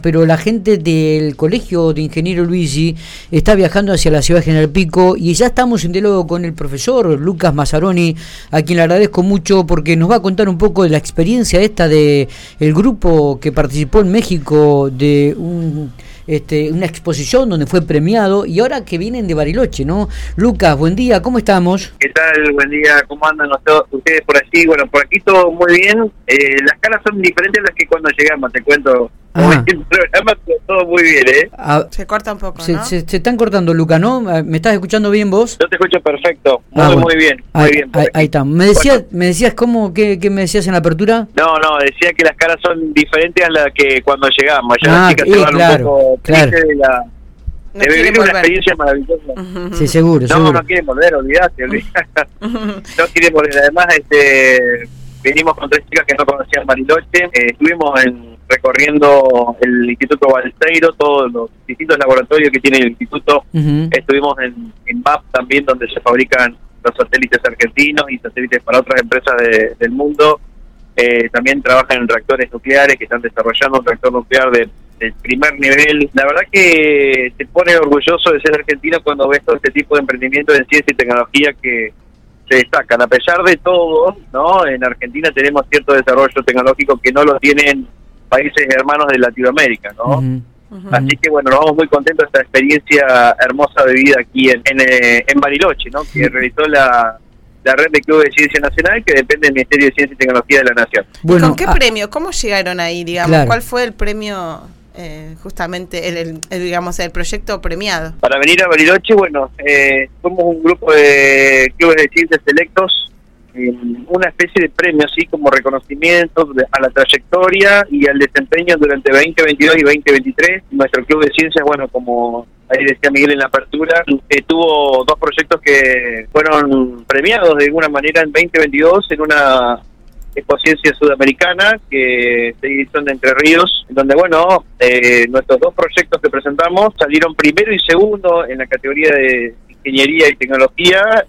Pero la gente del Colegio de Ingeniero Luigi está viajando hacia la ciudad de General Pico y ya estamos en diálogo con el profesor Lucas Mazzaroni, a quien le agradezco mucho porque nos va a contar un poco de la experiencia esta de el grupo que participó en México de una exposición donde fue premiado y ahora que vienen de Bariloche, ¿no? Lucas, buen día, ¿cómo estamos? ¿Qué tal? Buen día, ¿cómo andan ustedes por allí? Bueno, por aquí todo muy bien. Las caras son diferentes a las que cuando llegamos, te cuento. Como en el programa, pero todo muy bien, Se corta un poco, ¿no? Se están cortando, Lucas, ¿no? ¿Me estás escuchando bien vos? Yo te escucho perfecto, muy bien. Ahí está. ¿Me decías cómo, qué me decías en la apertura? No, decía que las caras son diferentes a las que cuando llegamos. Ya las chicas se van un poco tristes de vivir una experiencia maravillosa. Uh-huh. Sí, seguro. No quieren volver, olvidate. No quieren volver. Además, venimos con 3 chicas que no conocían Bariloche. Estuvimos recorriendo el Instituto Balseiro, todos los distintos laboratorios que tiene el instituto. Uh-huh. Estuvimos en MAP también, donde se fabrican los satélites argentinos y satélites para otras empresas del mundo. También trabajan en reactores nucleares, que están desarrollando un reactor nuclear del primer nivel. La verdad que te pone orgulloso de ser argentino cuando ves todo este tipo de emprendimientos en ciencia y tecnología que se destacan. A pesar de todo, ¿no? En Argentina tenemos cierto desarrollo tecnológico que no lo tienen países hermanos de Latinoamérica, ¿no? Uh-huh. Uh-huh. Así que bueno, nos vamos muy contentos de esta experiencia hermosa de vida aquí en Bariloche, ¿no? Que realizó la red de clubes de ciencia nacional, que depende del Ministerio de Ciencia y Tecnología de la Nación. Bueno, ¿con qué premio? ¿Cómo llegaron ahí, digamos? Claro. ¿Cuál fue el premio, justamente, el proyecto premiado? Para venir a Bariloche, bueno, somos un grupo de clubes de ciencias selectos, una especie de premio, así como reconocimiento a la trayectoria y al desempeño durante 2022 y 2023. Nuestro club de ciencias, bueno, como ahí decía Miguel en la apertura, tuvo 2 proyectos que fueron premiados de alguna manera en 2022 en una Expociencia Sudamericana que se hizo en Entre Ríos, donde bueno, nuestros 2 proyectos que presentamos salieron primero y segundo en la categoría de Ingeniería y Tecnología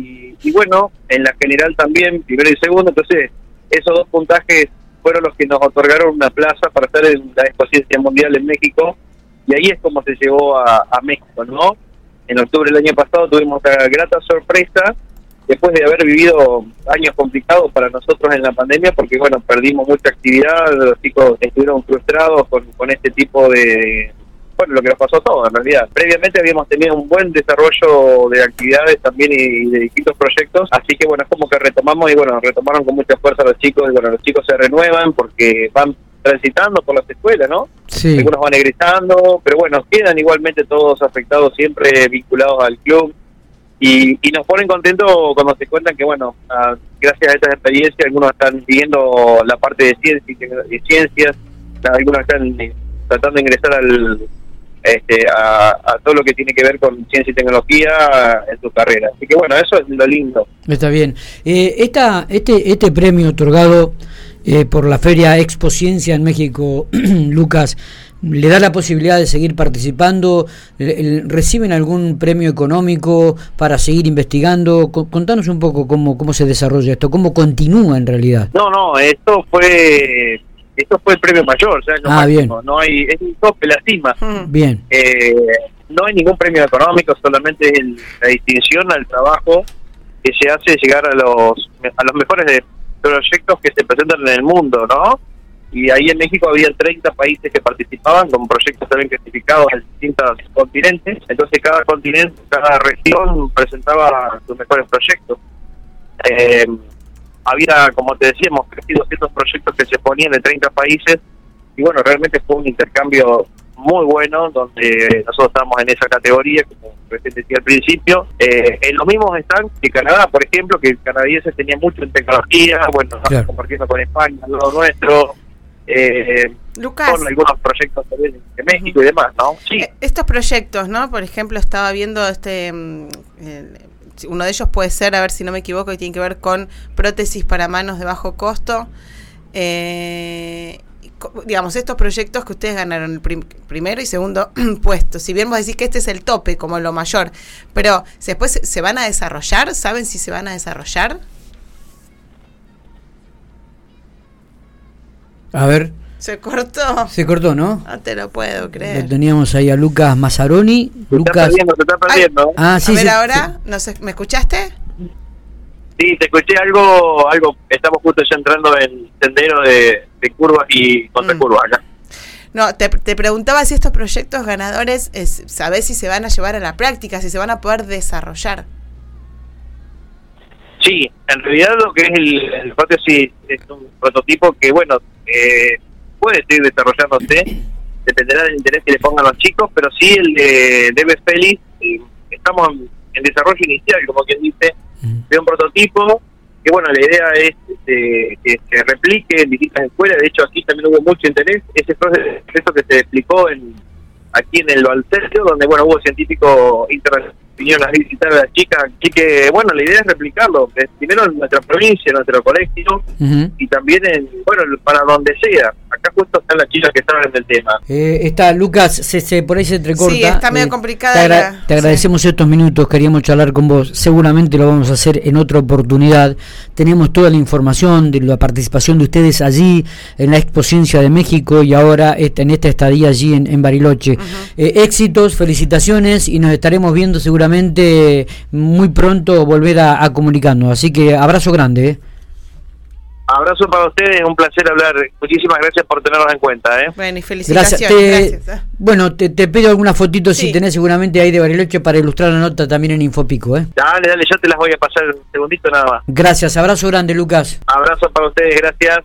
y bueno, en la general también, primero y segundo. Entonces esos 2 puntajes fueron los que nos otorgaron una plaza para estar en la Expociencia Mundial en México, y ahí es como se llegó a México, ¿no? En octubre del año pasado tuvimos la grata sorpresa, después de haber vivido años complicados para nosotros en la pandemia, porque bueno, perdimos mucha actividad, los chicos estuvieron frustrados con este tipo de... Bueno, lo que nos pasó a todos, en realidad. Previamente habíamos tenido un buen desarrollo de actividades también y de distintos proyectos, así que bueno, es como que retomamos y bueno, retomaron con mucha fuerza los chicos, y bueno, los chicos se renuevan porque van transitando por las escuelas, ¿no? Sí. Algunos van egresando, pero bueno, quedan igualmente todos afectados, siempre vinculados al club, y nos ponen contentos cuando se cuentan que bueno, gracias a estas experiencias, algunos están siguiendo la parte de ciencias, algunos están tratando de ingresar a todo lo que tiene que ver con ciencia y tecnología en su carrera. Así que bueno, eso es lo lindo. Está bien. Este premio otorgado por la Feria Expo Ciencia en México, Lucas, ¿le da la posibilidad de seguir participando? ¿Reciben algún premio económico para seguir investigando? Contanos un poco cómo se desarrolla esto, cómo continúa en realidad. No, esto fue el premio mayor, o sea, no máximo, bien. No hay, es un tope, la cima. Bien. No hay ningún premio económico, solamente es la distinción al trabajo que se hace llegar a los mejores proyectos que se presentan en el mundo, ¿no? Y ahí en México había 30 países que participaban con proyectos también clasificados en distintos continentes. Entonces cada continente, cada región presentaba sus mejores proyectos. Había, como te decíamos, casi 200 proyectos que se ponían en 30 países y bueno, realmente fue un intercambio muy bueno donde nosotros estábamos en esa categoría, como recién decía al principio. En los mismos están que Canadá, por ejemplo, que el canadiense tenía mucho en tecnología, bueno, claro, compartiendo con España, al lado nuestro, Lucas, con algunos proyectos también de México y demás, ¿no? Sí. Estos proyectos, ¿no? Por ejemplo, estaba viendo uno de ellos puede ser, a ver si no me equivoco, que tiene que ver con prótesis para manos de bajo costo. Digamos, estos proyectos que ustedes ganaron el primero y segundo puesto, si bien vos decís que este es el tope, como lo mayor, pero después se van a desarrollar, ¿saben si se van a desarrollar? A ver, Se cortó. Se cortó, ¿no? No te lo puedo creer. Lo teníamos ahí a Lucas Mazzaroni. Se está perdiendo. Ah, sí, a ver, sí, ahora, no sé, ¿me escuchaste? Sí, te escuché algo, estamos justo ya entrando en sendero de curvas y contracurvas acá. No, te preguntaba si estos proyectos ganadores, ¿sabés si se van a llevar a la práctica, si se van a poder desarrollar? Sí, en realidad lo que es el prótesis es un prototipo que, bueno, puede seguir desarrollándose, dependerá del interés que le pongan los chicos, pero sí el de Debe Félix, estamos en desarrollo inicial, como quien dice, de un prototipo que, bueno, la idea es que se replique en distintas escuelas. De hecho, aquí también hubo mucho interés. Ese proceso que se explicó aquí en el Balcercio, donde, bueno, hubo científicos internacionales que vinieron a visitar a las chicas. Así que, bueno, la idea es replicarlo, primero en nuestra provincia, en nuestro colegio, y también para donde sea. Acá justo están las chicas que saben del tema. Está Lucas, por ahí se entrecorta. Sí, está medio complicada. Te agradecemos estos minutos, queríamos charlar con vos. Seguramente lo vamos a hacer en otra oportunidad. Tenemos toda la información de la participación de ustedes allí en la Expo Ciencia de México y ahora en esta estadía allí en Bariloche. Éxitos, felicitaciones y nos estaremos viendo seguramente muy pronto volver a comunicarnos. Así que abrazo grande. Abrazo para ustedes, un placer hablar. Muchísimas gracias por tenernos en cuenta. Bueno, y felicitaciones. Gracias. Bueno, te pido alguna fotito si tenés seguramente ahí de Bariloche para ilustrar la nota también en Infopico. Dale, yo te las voy a pasar un segundito nada más. Gracias, abrazo grande, Lucas. Abrazo para ustedes, gracias.